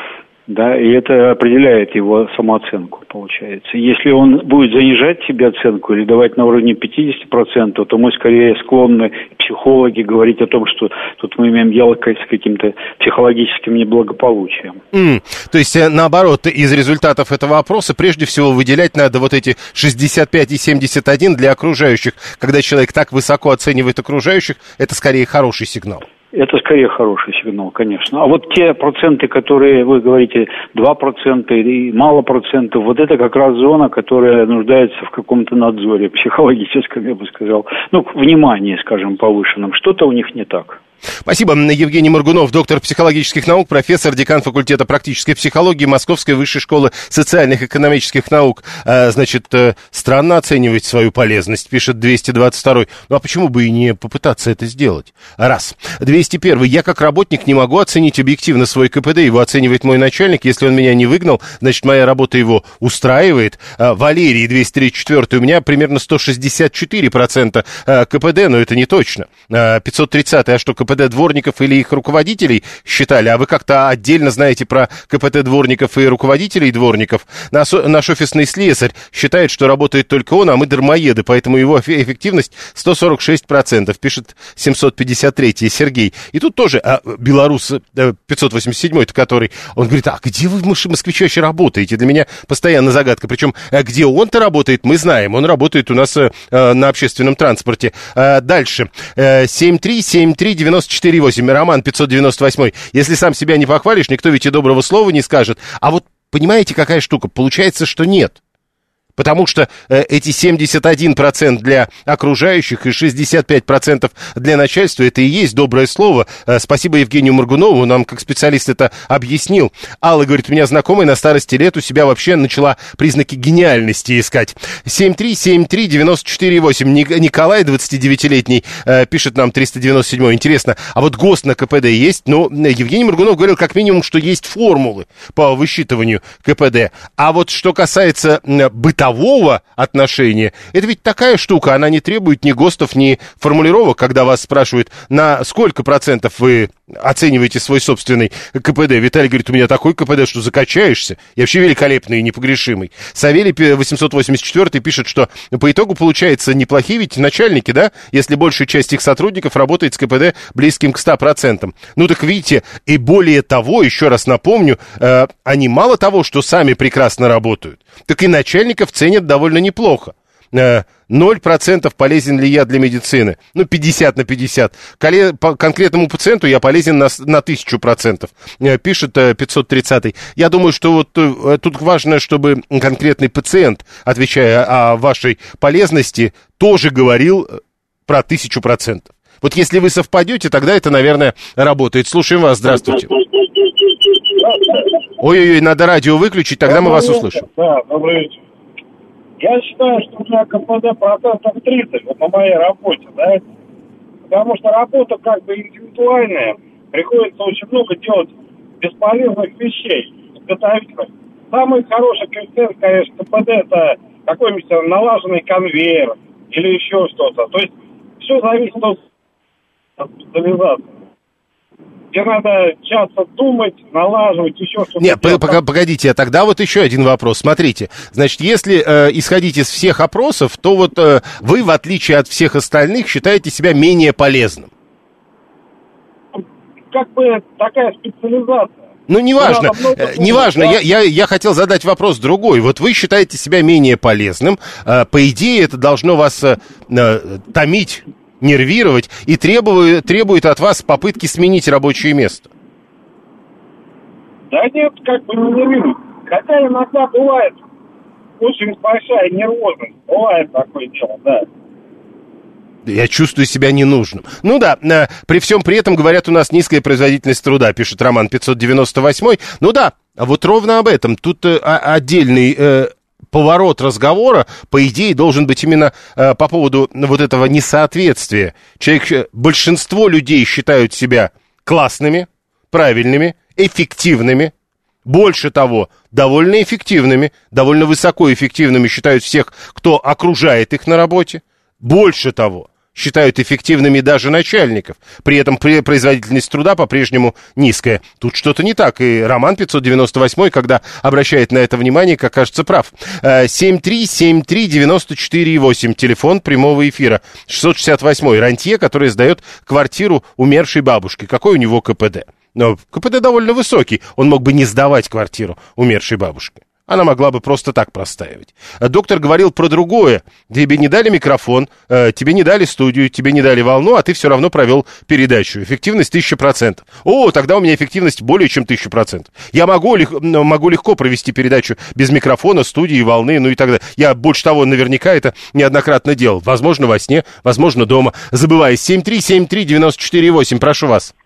Да, и это определяет его самооценку, получается. Если он будет занижать себе оценку или давать на уровне пятьдесят процентов, то мы скорее склонны, психологи, говорить о том, что тут мы имеем дело с каким-то психологическим неблагополучием. Mm. То есть, наоборот, из результатов этого опроса прежде всего выделять надо вот эти шестьдесят пять и семьдесят один для окружающих. Когда человек так высоко оценивает окружающих, это скорее хороший сигнал. Это скорее хороший сигнал, конечно. А вот те проценты, которые, вы говорите, два процента и мало процентов, вот это как раз зона, которая нуждается в каком-то надзоре психологическом, я бы сказал. Ну, внимании, скажем, повышенном. Что-то у них не так. Спасибо. Евгений Моргунов, доктор психологических наук, профессор, декан факультета практической психологии Московской высшей школы социальных и экономических наук. А, значит, странно оценивать свою полезность, пишет двести двадцать второй. Ну а почему бы и не попытаться это сделать? Раз. двести первый. Я как работник не могу оценить объективно свой КПД. Его оценивает мой начальник. Если он меня не выгнал, значит, моя работа его устраивает. А, Валерий, двести тридцать четвёртый. У меня примерно сто шестьдесят четыре процента КПД, но это не точно. А, пятьсот тридцатый. А что, КПД дворников или их руководителей считали? А вы как-то отдельно знаете про КПД дворников и руководителей дворников? Наш, наш офисный слесарь считает, что работает только он, а мы дармоеды, поэтому его эффективность сто сорок шесть процентов, пишет семьсот пятьдесят третий Сергей. И тут тоже а, белорус пятьсот восемьдесят седьмой, который, он говорит, а где вы, москвичи, вообще работаете? Для меня постоянно загадка. Причем, где он-то работает, мы знаем. Он работает у нас а, на общественном транспорте. А, дальше. семь три семь три девяносто четыре восемь. Роман пятьсот девяносто восемь. Если сам себя не похвалишь, никто ведь и доброго слова не скажет. А вот понимаете, какая штука? Получается, что нет. Потому что э, эти семьдесят один процент для окружающих и шестьдесят пять процентов для начальства, это и есть доброе слово. Э, спасибо Евгению Моргунову, нам как специалист это объяснил. Алла говорит, у меня знакомая на старости лет у себя вообще начала признаки гениальности искать. семь три семь три девяносто четыре восемь. Николай, двадцатидевятилетний, э, пишет нам триста девяносто седьмой. Интересно, а вот ГОСТ на КПД есть? Ну, Евгений Моргунов говорил как минимум, что есть формулы по высчитыванию КПД. А вот что касается э, быта, бытового отношения, это ведь такая штука, она не требует ни ГОСТов, ни формулировок, когда вас спрашивают, на сколько процентов вы оцениваете свой собственный КПД. Виталий говорит, у меня такой КПД, что закачаешься. Я вообще великолепный и непогрешимый. Савелий восемьсот восемьдесят четыре пишет, что по итогу получается неплохие ведь начальники, да, если большая часть их сотрудников работает с КПД близким к ста процентам. Ну так видите, и более того, еще раз напомню, э, они мало того, что сами прекрасно работают, так и начальников ценят довольно неплохо. ноль процентов полезен ли я для медицины? Ну, пятьдесят на пятьдесят. Коле, по конкретному пациенту я полезен на, на тысячу процентов, пишет пятьсот тридцатый. Я думаю, что вот тут важно, чтобы конкретный пациент, отвечая о вашей полезности, тоже говорил про тысячу процентов. Вот если вы совпадете, тогда это, наверное, работает. Слушаем вас. Здравствуйте. Ой-ой-ой, надо радио выключить, тогда мы вас услышим. Да, добрый вечер. Я считаю, что у меня КПД процентов тридцать вот на моей работе, да, потому что работа как бы индивидуальная, приходится очень много делать бесполезных вещей, изготовительных. Самый хороший коэффициент, конечно, КПД это какой-нибудь налаженный конвейер или еще что-то. То есть все зависит от специализации. Где надо часто думать, налаживать, еще что-то. Нет, погодите, а тогда вот еще один вопрос. Смотрите, значит, если э, исходить из всех опросов, то вот э, вы, в отличие от всех остальных, считаете себя менее полезным. Как бы такая специализация. Ну, неважно, э, неважно, да? я, я, я хотел задать вопрос другой. Вот вы считаете себя менее полезным, э, по идее, это должно вас э, э, томить, нервировать и требует, требует от вас попытки сменить рабочее место. Да нет, как бы не нервирует. Хотя иногда бывает очень большая нервозность. Бывает такое дело, да. Я чувствую себя ненужным. Ну да, э, при всем при этом, говорят, у нас низкая производительность труда, пишет Роман пятьсот девяносто восемь. Ну да, а вот ровно об этом. Тут э, отдельный... Э, поворот разговора, по идее, должен быть именно э, по поводу вот этого несоответствия. Человек, большинство людей считают себя классными, правильными, эффективными. Больше того, довольно эффективными, довольно высокоэффективными считают всех, кто окружает их на работе. Больше того, считают эффективными даже начальников. При этом производительность труда по-прежнему низкая. Тут что-то не так. И Роман пятьсот девяносто восемь, когда обращает на это внимание, как кажется, прав. семь три семь три девять четыре восемь. Телефон прямого эфира. шестьсот шестьдесят восемь. Рантье, который сдает квартиру умершей бабушки. Какой у него КПД? Но КПД довольно высокий. Он мог бы не сдавать квартиру умершей бабушки. Она могла бы просто так простаивать. Доктор говорил про другое. Тебе не дали микрофон, э, тебе не дали студию, тебе не дали волну, а ты все равно провел передачу. Эффективность тысяча процентов. О, тогда у меня эффективность более чем тысяча процентов. Я могу, могу легко провести передачу без микрофона, студии, волны, ну и так далее. Я больше того, наверняка это неоднократно делал. Возможно, во сне, возможно, дома. Забывая. семь три семь три девять четыре восемь. Прошу вас.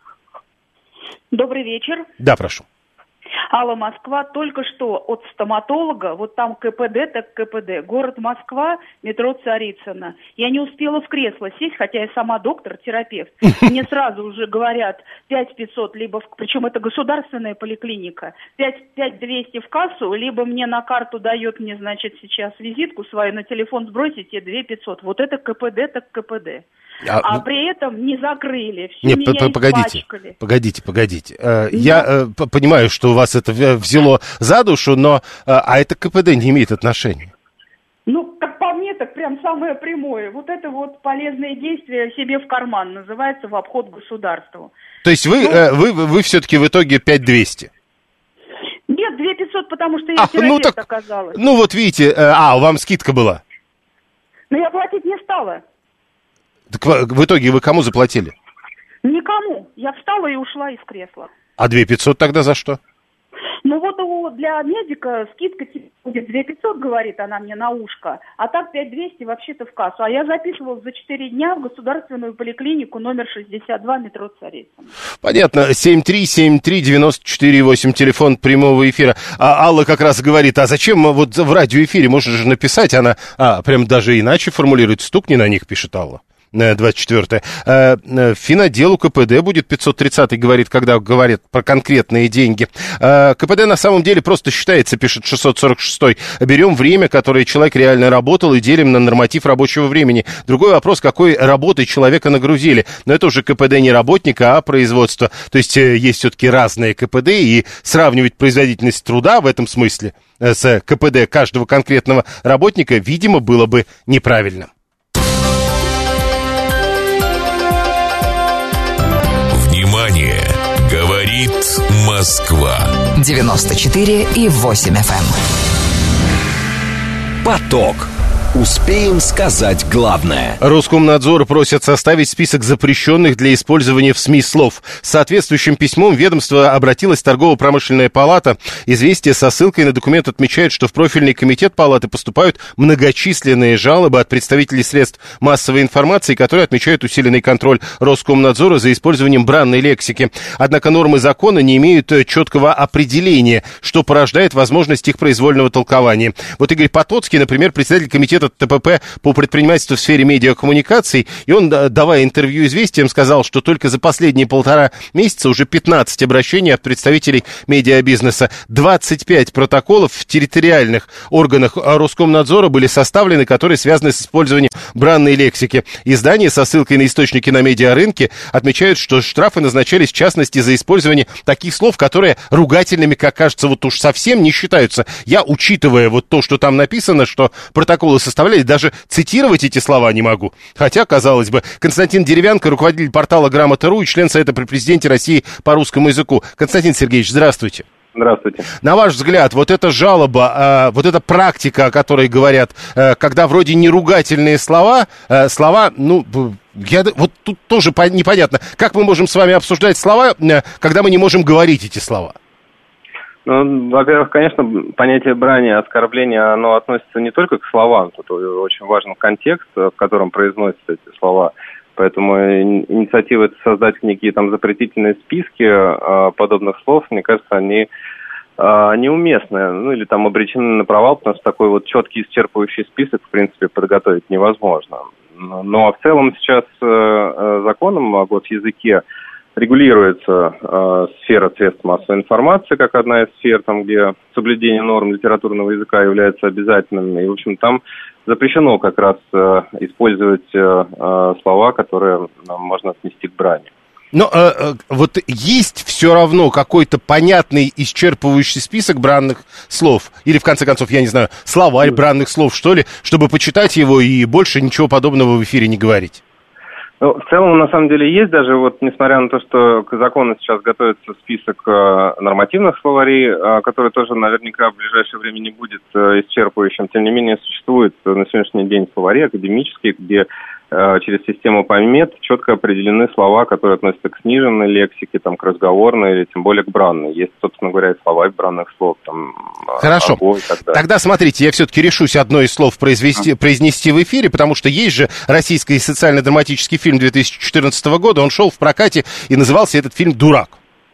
Добрый вечер. Да, прошу. Алла, Москва, только что от стоматолога, вот там КПД, так КПД, город Москва, метро Царицыно. Я не успела в кресло сесть, хотя я сама доктор-терапевт. Мне сразу уже говорят пять пятьсот, либо, в, причем это государственная поликлиника, пять двести в кассу, либо мне на карту дает мне, значит, сейчас визитку свою, на телефон сбросите две тысячи. Вот это КПД, так КПД. А, а при этом не закрыли, всю Нет, меня погодите, испачкали. погодите, погодите. Да. Я э, понимаю, что у вас это взяло за душу, но э, а это КПД не имеет отношения. Ну, как по мне, так прям самое прямое. Вот это вот полезное действие себе в карман называется в обход государству. То есть вы, ну, э, вы, вы, вы все-таки в итоге пять двести? Нет, две пятьсот, потому что я Ах, терапевт ну, так, оказалась. Ну вот видите, э, а, вам скидка была? Но я платить не стала. Так в итоге вы кому заплатили? Никому. Я встала и ушла из кресла. А две пятьсот тогда за что? Ну вот для медика скидка будет две пятьсот, говорит она мне на ушко, а так пять двести вообще-то в кассу. А я записывалась за четыре дня в государственную поликлинику номер шестьдесят два, метро Царицыно. Понятно. семь три семь три девять четыре восемь, телефон прямого эфира. А Алла как раз говорит, а зачем вот в радиоэфире, можно же написать, она а, прям даже иначе формулирует, стукни на них, пишет Алла. двадцать четвёртое. Финотделу КПД будет пятьсот тридцатый, говорит, когда говорят про конкретные деньги. КПД на самом деле просто считается, пишет шестьсот сорок шестой. Берем время, которое человек реально работал, и делим на норматив рабочего времени. Другой вопрос, какой работой человека нагрузили. Но это уже КПД не работника, а производство. То есть есть все-таки разные КПД, и сравнивать производительность труда в этом смысле с КПД каждого конкретного работника, видимо, было бы неправильно. Внимание! Говорит Москва. девяносто четыре и восемь эф эм. Поток. Успеем сказать главное. Роскомнадзор просит составить список запрещенных для использования в СМИ слов. С соответствующим письмом ведомство обратилась Торгово-промышленная палата. Известие со ссылкой на документ отмечает, что в профильный комитет палаты поступают многочисленные жалобы от представителей средств массовой информации, которые отмечают усиленный контроль Роскомнадзора за использованием бранной лексики. Однако нормы закона не имеют четкого определения, что порождает возможность их произвольного толкования. Вот Игорь Потоцкий, например, председатель комитета ТПП по предпринимательству в сфере медиакоммуникаций, и он, давая интервью «Известиям», сказал, что только за последние полтора месяца уже пятнадцать обращений от представителей медиабизнеса. двадцать пять протоколов в территориальных органах Роскомнадзора были составлены, которые связаны с использованием бранной лексики. Издания со ссылкой на источники на медиарынке отмечают, что штрафы назначались в частности за использование таких слов, которые ругательными, как кажется, вот уж совсем не считаются. Я, учитывая вот то, что там написано, что протоколы составляли, даже цитировать эти слова не могу. Хотя, казалось бы, Константин Деревянко, руководитель портала Грамота.ру и член Совета при президенте России по русскому языку. Константин Сергеевич, здравствуйте. Здравствуйте. На ваш взгляд, вот эта жалоба, э, вот эта практика, о которой говорят, э, когда вроде неругательные слова, э, слова, ну, я, вот тут тоже по- непонятно, как мы можем с вами обсуждать слова, э, когда мы не можем говорить эти слова? Ну, во-первых, конечно, понятие брани, оскорбления, оно относится не только к словам. Тут очень важен контекст, в котором произносятся эти слова. Поэтому инициативы создать некие там запретительные списки э, подобных слов, мне кажется, они э, неуместны. Ну, или там обречены на провал, потому что такой вот четкий исчерпывающий список, в принципе, подготовить невозможно. Но в целом сейчас э, законом о госязыке регулируется э, сфера средств массовой информации, как одна из сфер, там, где соблюдение норм литературного языка является обязательным. И, в общем, там запрещено как раз э, использовать э, э, слова, которые э, можно отнести к брани. Но э, э, вот есть все равно какой-то понятный, исчерпывающий список бранных слов? Или, в конце концов, я не знаю, словарь бранных слов, что ли, чтобы почитать его и больше ничего подобного в эфире не говорить? Ну, в целом, на самом деле, есть даже, вот, несмотря на то, что к закону сейчас готовится список э, нормативных словарей, э, который тоже наверняка в ближайшее время не будет э, исчерпывающим, тем не менее, существует на сегодняшний день словари академические, где э, через систему ПАМЕД четко определены слова, которые относятся к сниженной лексике, там, к разговорной или тем более к бранной. Есть, собственно говоря, и словарь бранных слов, там, Хорошо. Огонь, и так далее. Тогда смотрите, я все-таки решусь одно из слов произвести, произнести в эфире, потому что есть же российский социально-драматический фильм две тысячи четырнадцатого года, он шел в прокате и назывался этот фильм «Дурак».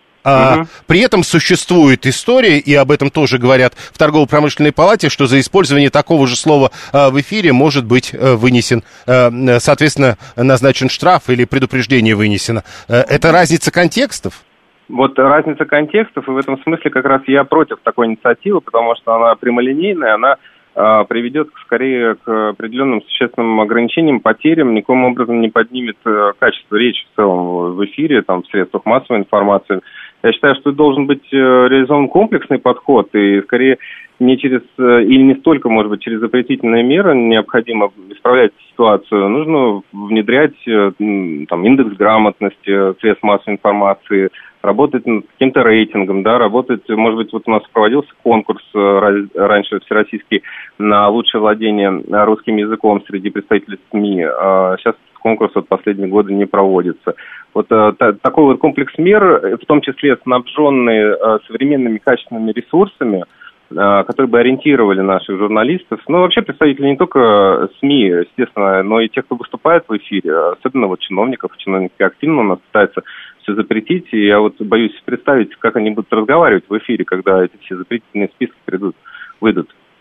А, угу. При этом существует история, и об этом тоже говорят в Торгово-промышленной палате, что за использование такого же слова а, в эфире может быть а, вынесен, а, соответственно, назначен штраф или предупреждение вынесено. А, это разница контекстов? Вот разница контекстов, и в этом смысле как раз я против такой инициативы, потому что она прямолинейная, она э, приведет скорее к определенным существенным ограничениям, потерям, никаким образом не поднимет э, качество речи в целом в эфире, там, в средствах массовой информации. Я считаю, что должен быть э, реализован комплексный подход, и скорее не через, э, или не столько, может быть, через запретительные меры необходимо исправлять ситуацию, нужно внедрять э, там, индекс грамотности средств массовой информации, работать над каким-то рейтингом, да, работать, может быть, вот у нас проводился конкурс э, раньше всероссийский на лучшее владение русским языком среди представителей СМИ. Э, сейчас конкурс вот последние годы не проводится. Вот э, та, такой вот комплекс мер, в том числе снабженный э, современными качественными ресурсами, э, которые бы ориентировали наших журналистов, ну, вообще представители не только СМИ, естественно, но и тех, кто выступает в эфире, особенно вот чиновников, чиновники активно у нас пытаются все запретить, и я вот боюсь представить, как они будут разговаривать в эфире, когда эти все запретительные списки придут, выйдут.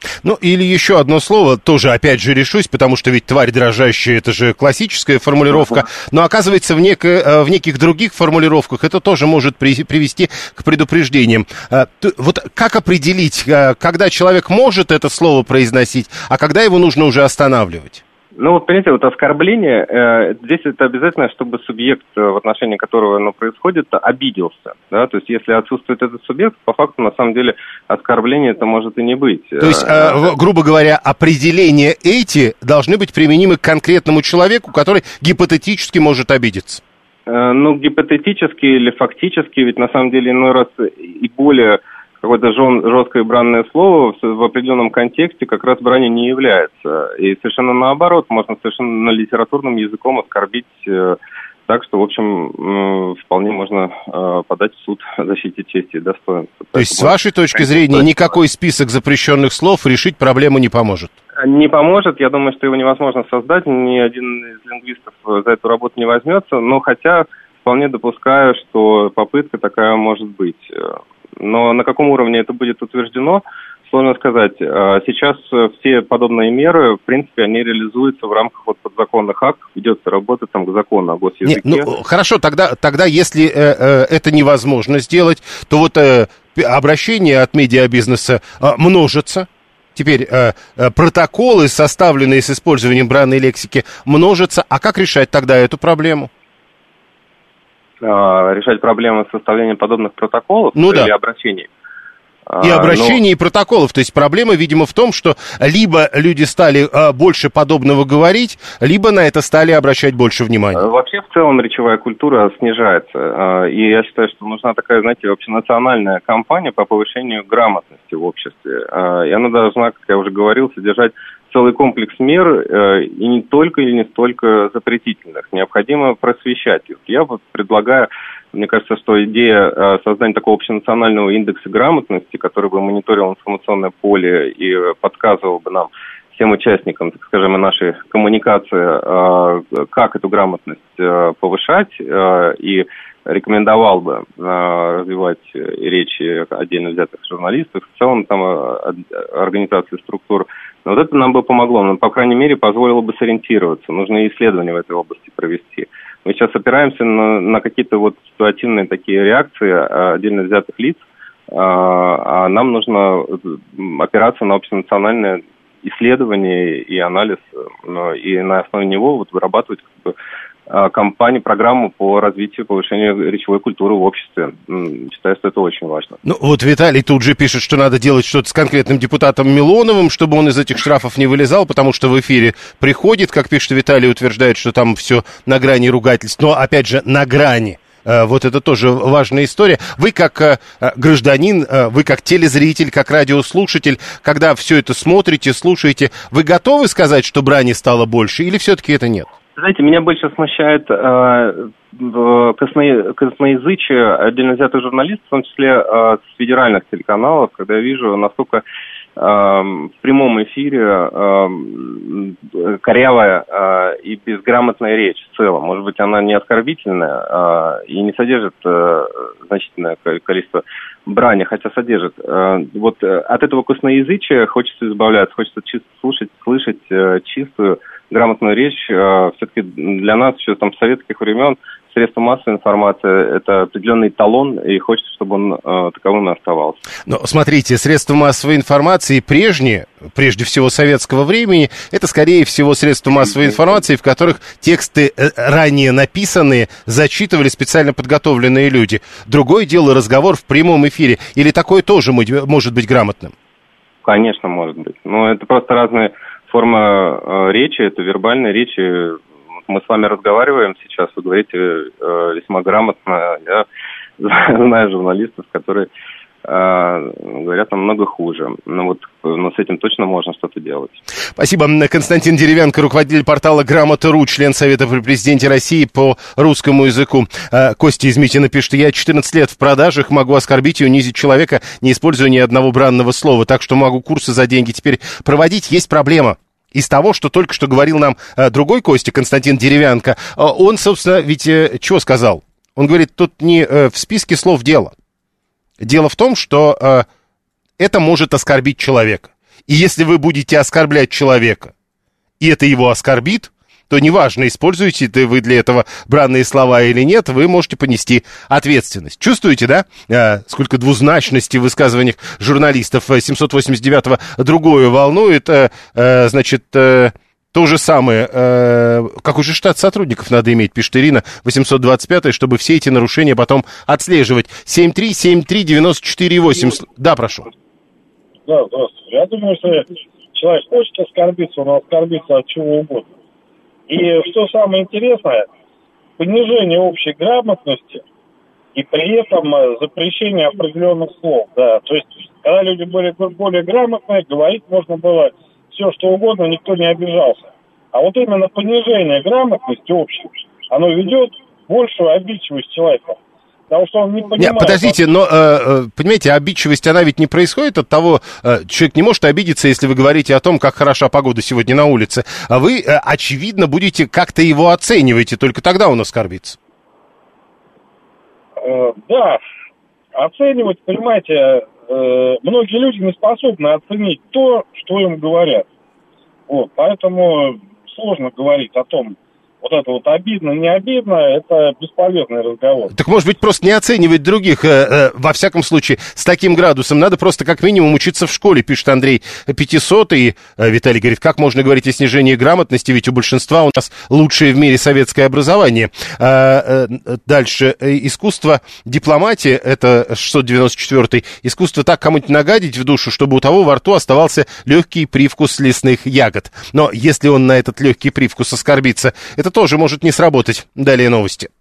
Ну, или еще одно слово, тоже опять же решусь, потому что ведь тварь дрожащая, это же классическая формулировка, но оказывается в, неко, в неких других формулировках это тоже может при, привести к предупреждениям. Вот как определить, когда человек может это слово произносить, а когда его нужно уже останавливать? Ну, вот, понимаете, вот оскорбление, э, здесь это обязательно, чтобы субъект, в отношении которого оно происходит, обиделся, да, то есть если отсутствует этот субъект, по факту, на самом деле, оскорбление это может и не быть. То есть, э, грубо говоря, определения эти должны быть применимы к конкретному человеку, который гипотетически может обидеться? Э, ну, гипотетически или фактически, ведь на самом деле иной раз и более... какое-то жесткое бранное слово в определенном контексте как раз бранью не является. И совершенно наоборот, можно совершенно литературным языком оскорбить э, так, что, в общем, э, вполне можно э, подать в суд о защите чести и достоинства. То есть, с вашей точки зрения, никакой список запрещенных слов решить проблему не поможет? Не поможет. Я думаю, что его невозможно создать. Ни один из лингвистов за эту работу не возьмется. Но хотя вполне допускаю, что попытка такая может быть. Но на каком уровне это будет утверждено, сложно сказать. Сейчас все подобные меры, в принципе, они реализуются в рамках вот подзаконных актов, ведется работа там к закону о госязыке. Нет, ну, хорошо, тогда, тогда если э, э, это невозможно сделать, то вот э, обращения от медиабизнеса э, множатся. Теперь э, э, протоколы, составленные с использованием бранной лексики, множатся. А как решать тогда эту проблему? Решать проблемы с составлением подобных протоколов ну, или да. обращений. И обращений, но... и протоколов. То есть проблема, видимо, в том, что либо люди стали а, больше подобного говорить, либо на это стали обращать больше внимания. Вообще, в целом, речевая культура снижается. И я считаю, что нужна такая, знаете, общенациональная кампания по повышению грамотности в обществе. И она должна, как я уже говорил, содержать целый комплекс мер, и не только или не столько запретительных. Необходимо просвещать их. Я вот предлагаю, мне кажется, что идея создания такого общенационального индекса грамотности, который бы мониторил информационное поле и подсказывал бы нам, всем участникам, так скажем, нашей коммуникации, как эту грамотность повышать, и рекомендовал бы развивать речи отдельно взятых журналистов, в целом там организации структур. Но вот это нам бы помогло, но, по крайней мере, позволило бы сориентироваться. Нужно исследования в этой области провести. Мы сейчас опираемся на, на какие-то вот ситуативные такие реакции отдельно взятых лиц, а нам нужно опираться на общенациональное исследование и анализ, и на основе него вот вырабатывать как бы кампанию, программу по развитию, повышению речевой культуры в обществе. Считаю, что это очень важно. Ну, вот Виталий тут же пишет, что надо делать что-то с конкретным депутатом Милоновым, чтобы он из этих штрафов не вылезал, потому что в эфире приходит, как пишет Виталий, утверждает, что там все на грани ругательств. Но, опять же, на грани. Вот это тоже важная история. Вы как гражданин, вы как телезритель, как радиослушатель, когда все это смотрите, слушаете, вы готовы сказать, что брани стало больше, или все-таки это нет? Знаете, меня больше смущает э, косно, косноязычие отдельно взятых журналистов, в том числе э, с федеральных телеканалов, когда я вижу, насколько э, в прямом эфире э, корявая э, и безграмотная речь в целом. Может быть, она не оскорбительная э, и не содержит э, значительное количество брани, хотя содержит. Э, вот э, от этого косноязычия хочется избавляться, хочется чисто слушать, слышать э, чистую, грамотную речь. Все-таки для нас еще там с советских времен средства массовой информации – это определенный эталон, и хочется, чтобы он э, таковым и оставался. Но смотрите, средства массовой информации прежние, прежде всего советского времени, это, скорее всего, средства массовой информации, в которых тексты ранее написанные зачитывали специально подготовленные люди. Другое дело разговор в прямом эфире. Или такое тоже может быть грамотным? Конечно, может быть. Но это просто разные форма э, речи, это вербальная речь. Мы с вами разговариваем сейчас, вы говорите э, весьма грамотно. Я знаю журналистов, которые э, говорят намного хуже. Но вот но с этим точно можно что-то делать. Спасибо. Константин Деревянко, руководитель портала Грамота.ру, член Совета при президенте России по русскому языку. Костя из Митина пишет: я четырнадцать лет в продажах, могу оскорбить и унизить человека, не используя ни одного бранного слова. Так что могу курсы за деньги теперь проводить. Есть проблема. Из того, что только что говорил нам э, другой Костя, Константин Деревянко, э, он, собственно, ведь э, что сказал? Он говорит, тут не э, в списке слов дело. Дело в том, что э, это может оскорбить человека. И если вы будете оскорблять человека, и это его оскорбит, то неважно, используете вы для этого бранные слова или нет, вы можете понести ответственность. Чувствуете, да, а, сколько двузначности в высказываниях журналистов? семьсот восемьдесят девятого другое волнует, а, а, значит... А, то же самое, э, какой же штат сотрудников надо иметь, пишет Ирина, восемьсот двадцать пятый, чтобы все эти нарушения потом отслеживать. семь три семь три девять четыре восемь. Да, прошу. Да, здравствуйте. Я думаю, что человек хочет оскорбиться, он оскорбится от чего угодно. И что самое интересное, понижение общей грамотности и при этом запрещение определенных слов. Да. То есть, когда люди были более грамотные, говорить можно было все, что угодно, никто не обижался. А вот именно понижение грамотности общей, оно ведет к большую обидчивость человека. Потому что он не понимает... Нет, подождите, но, э, понимаете, обидчивость, она ведь не происходит от того... Э, человек не может обидеться, если вы говорите о том, как хороша погода сегодня на улице. А вы, э, очевидно, будете как-то его оценивать, и только тогда он оскорбится. Э, да, оценивать, понимаете... Многие люди не способны оценить то, что им говорят. Вот, поэтому сложно говорить о том, вот это вот обидно, не обидно, это бесполезный разговор. Так, может быть, просто не оценивать других, э, э, во всяком случае, с таким градусом. Надо просто как минимум учиться в школе, пишет Андрей пятьсот. И э, Виталий говорит, как можно говорить о снижении грамотности, ведь у большинства у нас лучшее в мире советское образование. Э, э, дальше. Э, искусство дипломатии, это шестьсот девяносто четвёртый. Искусство так кому-нибудь нагадить в душу, чтобы у того во рту оставался легкий привкус лесных ягод. Но если он на этот легкий привкус оскорбится, это тоже может не сработать. Далее новости.